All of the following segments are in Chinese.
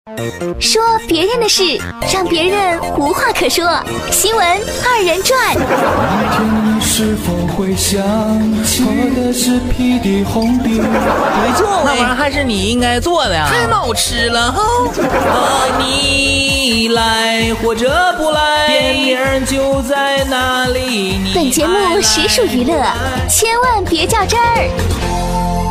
说别人的事，让别人无话可说。新闻二人转。 你是否会想起我的是屁的红笔？ 没错，那玩意儿还是你应该做的呀，太好吃了哈！你来或者不来，电影就在那里。 本节目实属娱乐，千万别较真儿。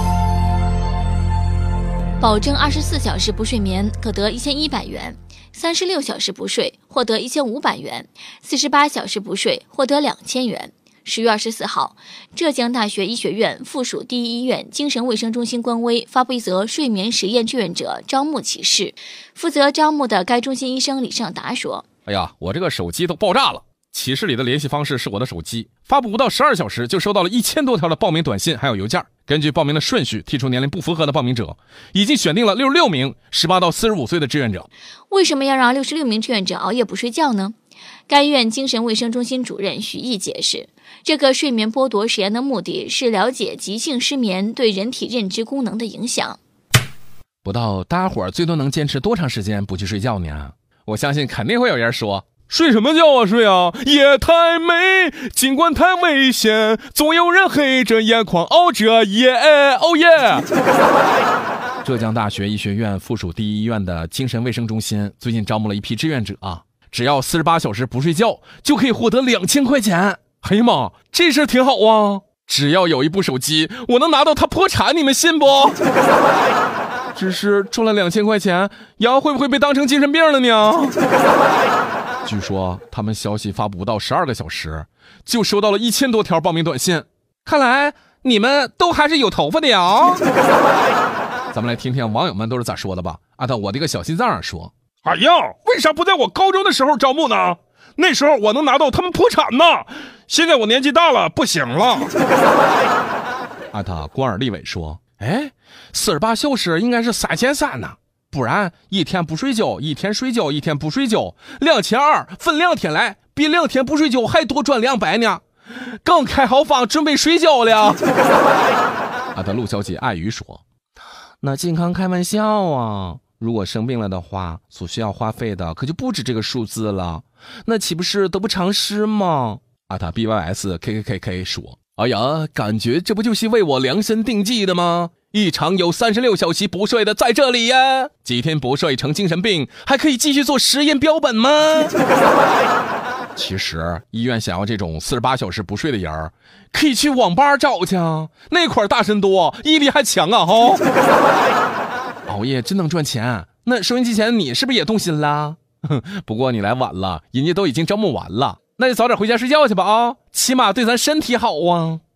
保证24小时不睡眠可得1100元，36小时不睡获得1500元，48小时不睡获得2000元。10月24号，浙江大学医学院附属第一医院精神卫生中心官微发布一则睡眠实验志愿者招募启事。负责招募的该中心医生李尚达说：“ 哎呀，我这个手机都爆炸了。启事里的联系方式是我的手机，发布不到12小时就收到了1000多条的报名短信还有邮件。根据报名的顺序剔除年龄不符合的报名者，已经选定了66名18到45岁的志愿者。 为什么要让66名志愿者熬夜不睡觉呢？该院精神卫生中心主任许毅解释，这个睡眠剥夺实验的目的是了解急性失眠对人体认知功能的影响。 不知道大家伙最多能坚持多长时间不去睡觉呢？我相信肯定会有人说，睡什么觉啊睡啊，夜太美，尽管太危险，总有人黑着眼眶熬着夜，哦耶！浙江大学医学院附属第一医院的精神卫生中心最近招募了一批志愿者啊，只要48小时不睡觉就可以获得2000块钱。哎呀妈，这事挺好啊！只要有一部手机，我能拿到它破产，你们信不？只是中了2000块钱，羊会不会被当成精神病了呢？据说他们消息发布不到12个小时，就收到了1000多条报名短信。看来你们都还是有头发的呀！咱们来听听网友们都是咋说的吧。按照我这个小心脏说：“哎呀，为啥不在我高中的时候招募呢？那时候我能拿到他们破产呢。现在我年纪大了，不行了。”按照关尔立伟说：“哎，48小时应该是3300呢。不然一天不睡觉，一天睡觉，一天不睡觉，2200分2天来，比2天不睡觉还多赚200呢。刚开好房准备睡觉了。”啊的陆小姐爱语说：“那健康开玩笑啊，如果生病了的话，所需要花费的可就不止这个数字了，那岂不是得不偿失吗？”啊他 BYSKKKK 说：“哎呀，感觉这不就是为我量身定计的吗？一场有36小时不睡的在这里呀，几天不睡成精神病，还可以继续做实验标本吗？”其实医院想要这种48小时不睡的人，可以去网吧找去，那块大神多，毅力还强啊哈！熬夜真能赚钱，那收音机前你是不是也动心了？不过你来晚了，人家都已经招募完了，那就早点回家睡觉去吧啊，起码对咱身体好啊。